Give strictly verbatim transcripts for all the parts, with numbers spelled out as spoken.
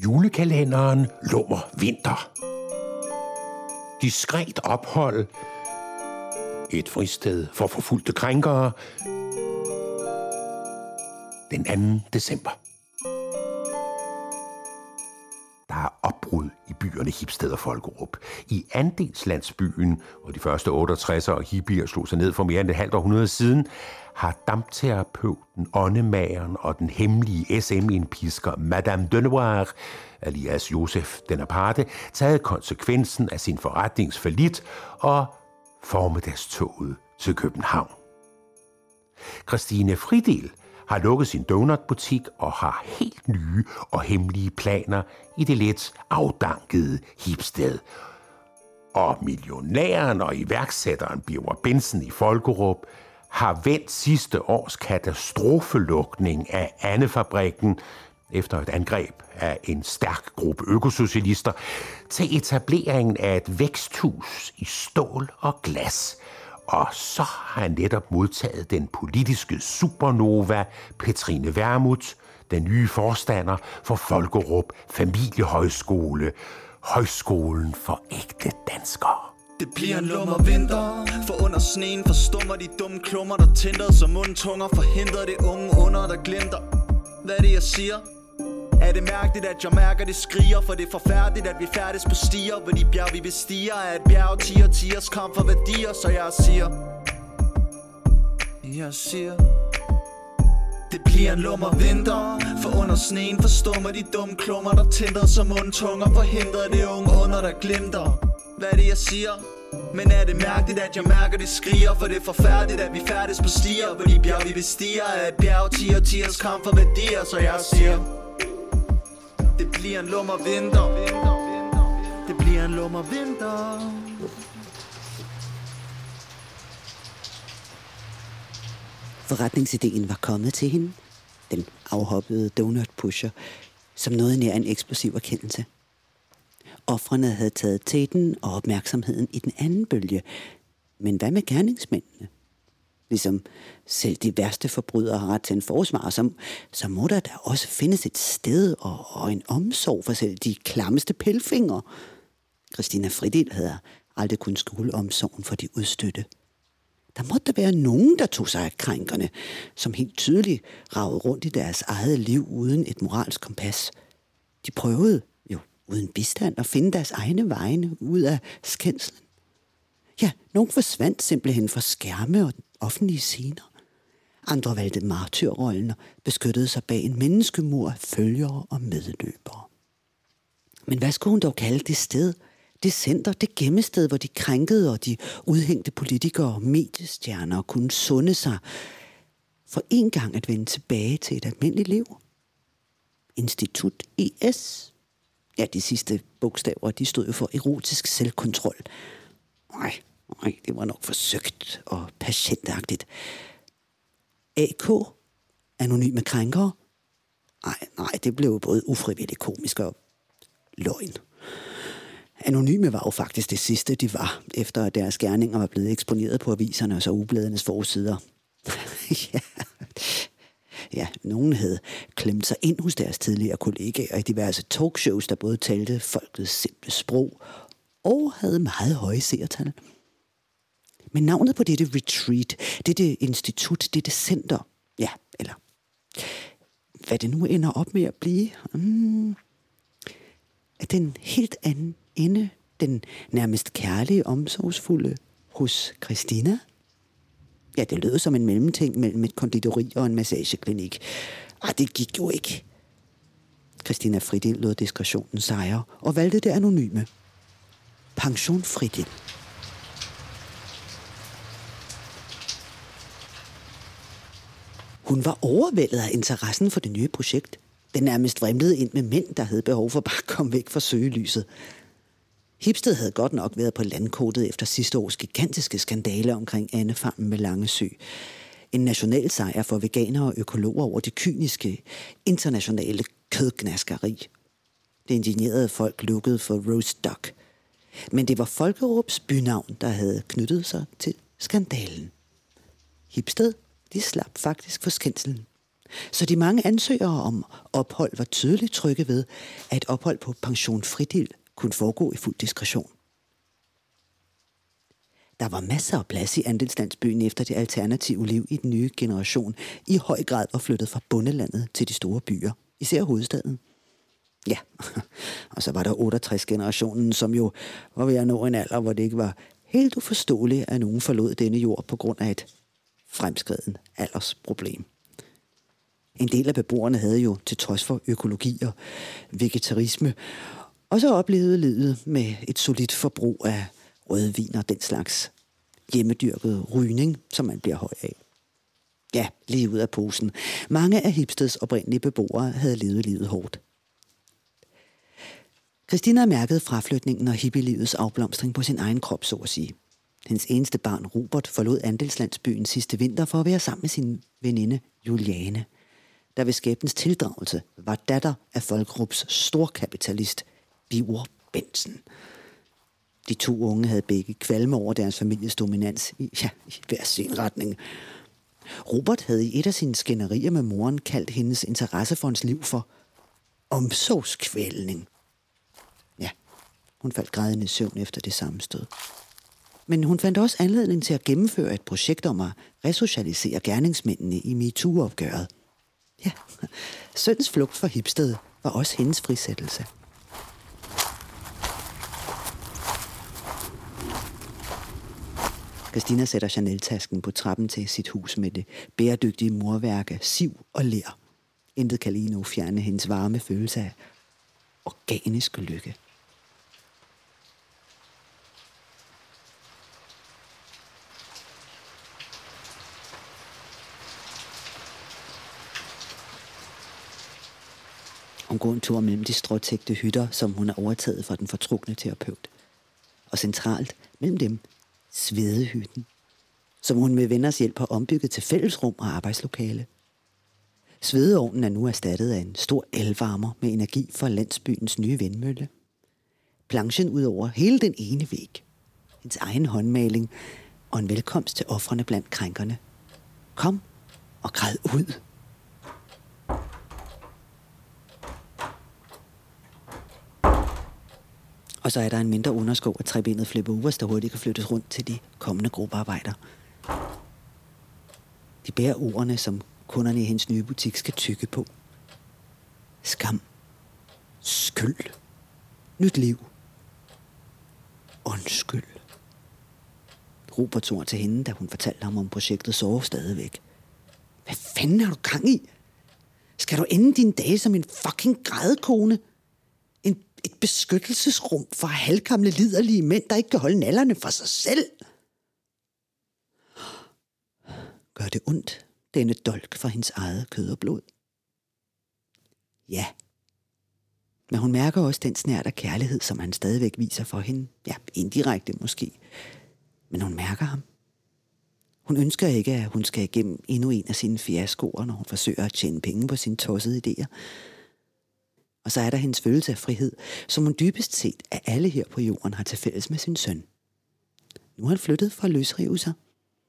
julekalenderen Lummer Vinter. Diskret ophold. Et fristed for forfulgte krænkere. Den anden december. Der er opbrud i byerne Hipsted og Folkerup. I andelslandsbyen, hvor de første otteogtredsere og hippier slog sig ned for mere end et halvt århundrede siden, har dampterapeuten, åndemageren og den hemmelige S M-indpisker Madame Denoir, alias Josef den Aparte, taget konsekvensen af sin forretningsfallit og formiddagstoget til København. Christine Fridil har lukket sin donutbutik og har helt nye og hemmelige planer i det lidt afdankede Hipsted. Og millionæren og iværksætteren Birger Benson i Folkerup har vendt sidste års katastrofelukning af Andefabrikken efter et angreb af en stærk gruppe økosocialister til etableringen af et væksthus i stål og glas. Og så har han netop modtaget den politiske supernova Petrine Vermut, den nye forstander for Folkerup Familiehøjskole, højskolen for ægte danskere. Det bliver en lummer vinter, for under sneen forstummer de dumme klummer, der tænder som mundtunger, forhindrer det unge under, der glimter. Hvad er det, jeg siger? Er det mærkeligt, at jeg mærker det skriger? For det er forfærdeligt, at vi færdes på stier, hvor de bjerg vi bestiger er et bjerg, tiger, tigers kamp for værdier. Så jeg siger, jeg siger, det bliver en lummer vinter, for under sneen forstummer de dumme klummer, der tænder som mundtunger, forhindrer det unge under, der glimter. Hvad er det, jeg siger? Men er det mærkeligt, at jeg mærker det skriger? For det er forfærdeligt, at vi færdes på stier, hvor de bjerg vi bestiger er et bjerg, tiger, tigers kamp for værdier. Så jeg siger, det bliver en lummer vinter. Det bliver en lummer vinter. Forretningsideen var kommet til hende, den afhoppede donut-pusher, som noget nær en eksplosiv erkendelse. Ofrene havde taget teten og opmærksomheden i den anden bølge. Men hvad med gerningsmændene? Ligesom selv de værste forbrydere har ret til en forsvar, så, så må der da også findes et sted og, og en omsorg for selv de klammeste pelfingre. Christina Fridil havde aldrig kunnet skjule omsorgen for de udstødte. Der måtte der være nogen, der tog sig af krænkerne, som helt tydeligt ragede rundt i deres eget liv uden et moralsk kompas. De prøvede jo uden bistand at finde deres egne vegne ud af skændslen. Ja, nogen forsvandt simpelthen fra skærme og offentlige scener. Andre valgte martyrrollen og beskyttede sig bag en menneskemur af følgere og medløbere. Men hvad skulle hun dog kalde det sted? Det center, det gemmested, hvor de krænkede og de udhængte politikere og mediestjerner kunne sunde sig for en gang at vende tilbage til et almindeligt liv. Institut E S. Ja, de sidste bogstaver, de stod jo for erotisk selvkontrol. Nej, nej, det var nok forsøgt og patientagtigt. A K. Anonyme krænkere. Nej, nej, det blev både ufrivilligt komisk og løgn. Anonyme var jo faktisk det sidste, de var, efter at deres gerninger var blevet eksponeret på aviserne og så ugebladenes forsider. ja. ja, nogen havde klemt sig ind hos deres tidligere kollegaer i diverse talkshows, der både talte folkets simple sprog og havde meget høje seertal. Men navnet på dette retreat, dette institut, dette center, ja, eller hvad det nu ender op med at blive, hmm, er den helt anden ende, den nærmest kærlige, omsorgsfulde hos Christina. Ja, det lød som en mellemting mellem et konditori og en massageklinik. Ah, det gik jo ikke. Christina Fridil lod diskretionen sejre og valgte det anonyme. Pension Fridil. Hun var overvældet af interessen for det nye projekt. Den nærmest vrimlede ind med mænd, der havde behov for bare at komme væk fra søgelyset. Hipsted havde godt nok været på landkortet efter sidste års gigantiske skandale omkring andefarmen med Langesø. En national sejr for veganere og økologer over det kyniske, internationale kødgnaskeri. Det indignerede folk lukkede for roast duck. Men det var Folkerups bynavn, der havde knyttet sig til skandalen. Hipsted, de slap faktisk for skændselen. Så de mange ansøgere om ophold var tydeligt trygge ved, at et ophold på pension Fritil kunne foregå i fuld diskretion. Der var masser af plads i andelslandsbyen efter det alternative liv i den nye generation i høj grad var flyttet fra bondelandet til de store byer, især hovedstaden. Ja, og så var der otteogtres-generationen, som jo var ved at nå en alder, hvor det ikke var helt uforståeligt, at nogen forlod denne jord på grund af et fremskreden aldersproblem. En del af beboerne havde jo, til trods for økologi og vegetarisme, også oplevet livet med et solidt forbrug af rødvin og den slags hjemmedyrket rygning, som man bliver høj af. Ja, lige ud af posen. Mange af Hipsteds oprindelige beboere havde levet livet hårdt. Christina mærkede fraflytningen og hippielivets afblomstring på sin egen krop, så at sige. Hendes eneste barn, Robert, forlod andelslandsbyen sidste vinter for at være sammen med sin veninde, Juliane, der ved skæbnens tildragelse var datter af Folkerups storkapitalist, Biver Bensen. De to unge havde begge kvalme over deres families dominans i, ja, i hver sin retning. Robert havde i et af sine skænderier med moren kaldt hendes interesse for hans liv for omsorgskvælning. Ja, hun faldt grædende i søvn efter det sammenstød. Men hun fandt også anledning til at gennemføre et projekt om at resocialisere gerningsmændene i MeToo-opgøret. Ja, søns flugt fra Hipsted var også hendes frisættelse. Christina sætter Chanel-tasken på trappen til sit hus med det bæredygtige murværk af siv og ler. Intet kan lige nu fjerne hendes varme følelse af organisk lykke. Hun går en tur mellem de stråtægte hytter, som hun har overtaget fra den fortrukne terapeut. Og centralt mellem dem Svedehytten, som hun med venners hjælp har ombygget til fællesrum og arbejdslokale. Svedeovnen er nu erstattet af en stor elvarmer med energi fra landsbyens nye vindmølle. Planchen ud over hele den ene væg. Hendes egen håndmaling og en velkomst til ofrene blandt krænkerne. Kom og græd ud. Og så er der en mindre underskov af trebenet flip-overs, der hurtigt kan flyttes rundt til de kommende gruppearbejder. De bærer ordene, som kunderne i hendes nye butik skal tygge på. Skam. Skyld. Nyt liv. Undskyld. Robert tog til hende, da hun fortalte ham om projektet sover stadigvæk. Hvad fanden har du gang i? Skal du ende dine dage som en fucking grædekone? En, et beskyttelsesrum for halvgamle liderlige mænd, der ikke kan holde nallerne for sig selv? Gør det ondt, denne dolk for hendes eget kød og blod? Ja. Men hun mærker også den snert af kærlighed, som han stadigvæk viser for hende. Ja, indirekte måske. Men hun mærker ham. Hun ønsker ikke, at hun skal igennem endnu en af sine fiaskoer, når hun forsøger at tjene penge på sine tossede idéer. Og så er der hendes følelse af frihed, som hun dybest set af alle her på jorden har til fælles med sin søn. Nu er han flyttet fra at løsrive sig.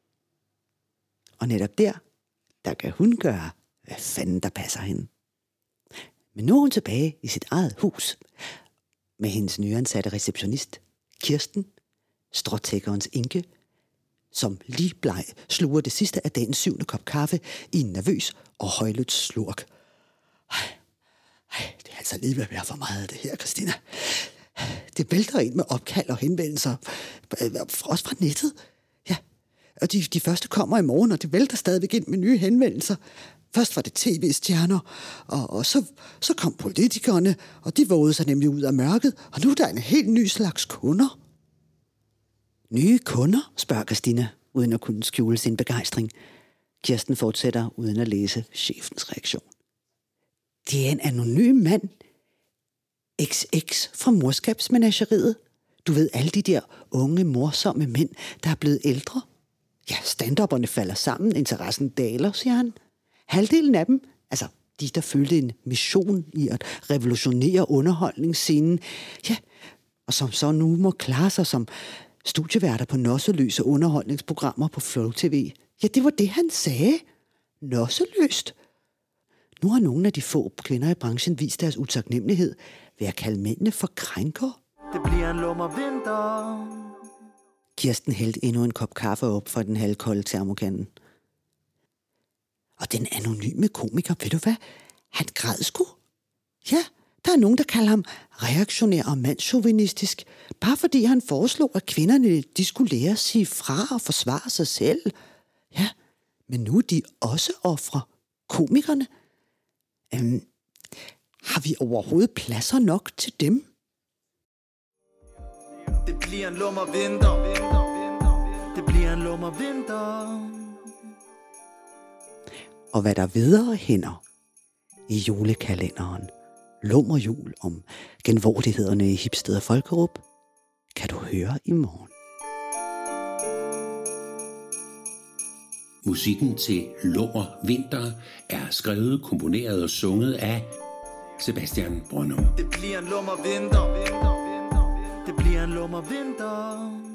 Og netop der, der kan hun gøre, hvad fanden der passer hende. Men nu er hun tilbage i sit eget hus, med hendes nyansatte receptionist, Kirsten, stråtækkerens enke, som lige bleg sluger det sidste af dagens syvende kop kaffe i en nervøs og højlydt slurk. Ej, ej, det er altså lige ved at være for meget af det her, Christina. Det vælter ind med opkald og henvendelser, også fra nettet. Ja, og de, de første kommer i morgen, og det vælter stadigvæk ind med nye henvendelser. Først var det tv-stjerner, og, og så, så kom politikerne, og de vågede sig nemlig ud af mørket, og nu er der en helt ny slags kunder. Nye kunder, spørger Christina, uden at kunne skjule sin begejstring. Kirsten fortsætter uden at læse chefens reaktion. Det er en anonym mand. X X fra morskabsmenageriet. Du ved, alle de der unge, morsomme mænd, der er blevet ældre. Ja, stand-upperne falder sammen, interessen daler, siger han. Halvdelen af dem, altså de, der følte en mission i at revolutionere underholdningsscenen, ja, og som så nu må klare sig som studieværter på nosseløse underholdningsprogrammer på Flow T V. Ja, det var det, han sagde. Nosseløst. Nu har nogle af de få kvinder i branchen vist deres utaknemmelighed ved at kalde mændene for krænker. Det bliver en lummer vinter. Kirsten hældte endnu en kop kaffe op fra den halvkolde termokanden. Og den anonyme komiker, ved du hvad? Han græd sgu. Ja, der er nogen, der kalder ham reaktionær og mandschauvinistisk, bare fordi han foreslog, at kvinderne de skulle lære at sige fra og forsvare sig selv. Ja, men nu er de også ofre. Komikerne. Øhm, har vi overhovedet pladser nok til dem? Det bliver en lummer vinter. Det bliver en lummer vinter. Og hvad der videre hænder i julekalenderen Lummerjul om genvordighederne i Hipsted og Folkerup, kan du høre i morgen. Musikken til Lummer Vinter er skrevet, komponeret og sunget af Sebastian Brøndum. Det bliver en lummer vinter. Det bliver en lummer vinter.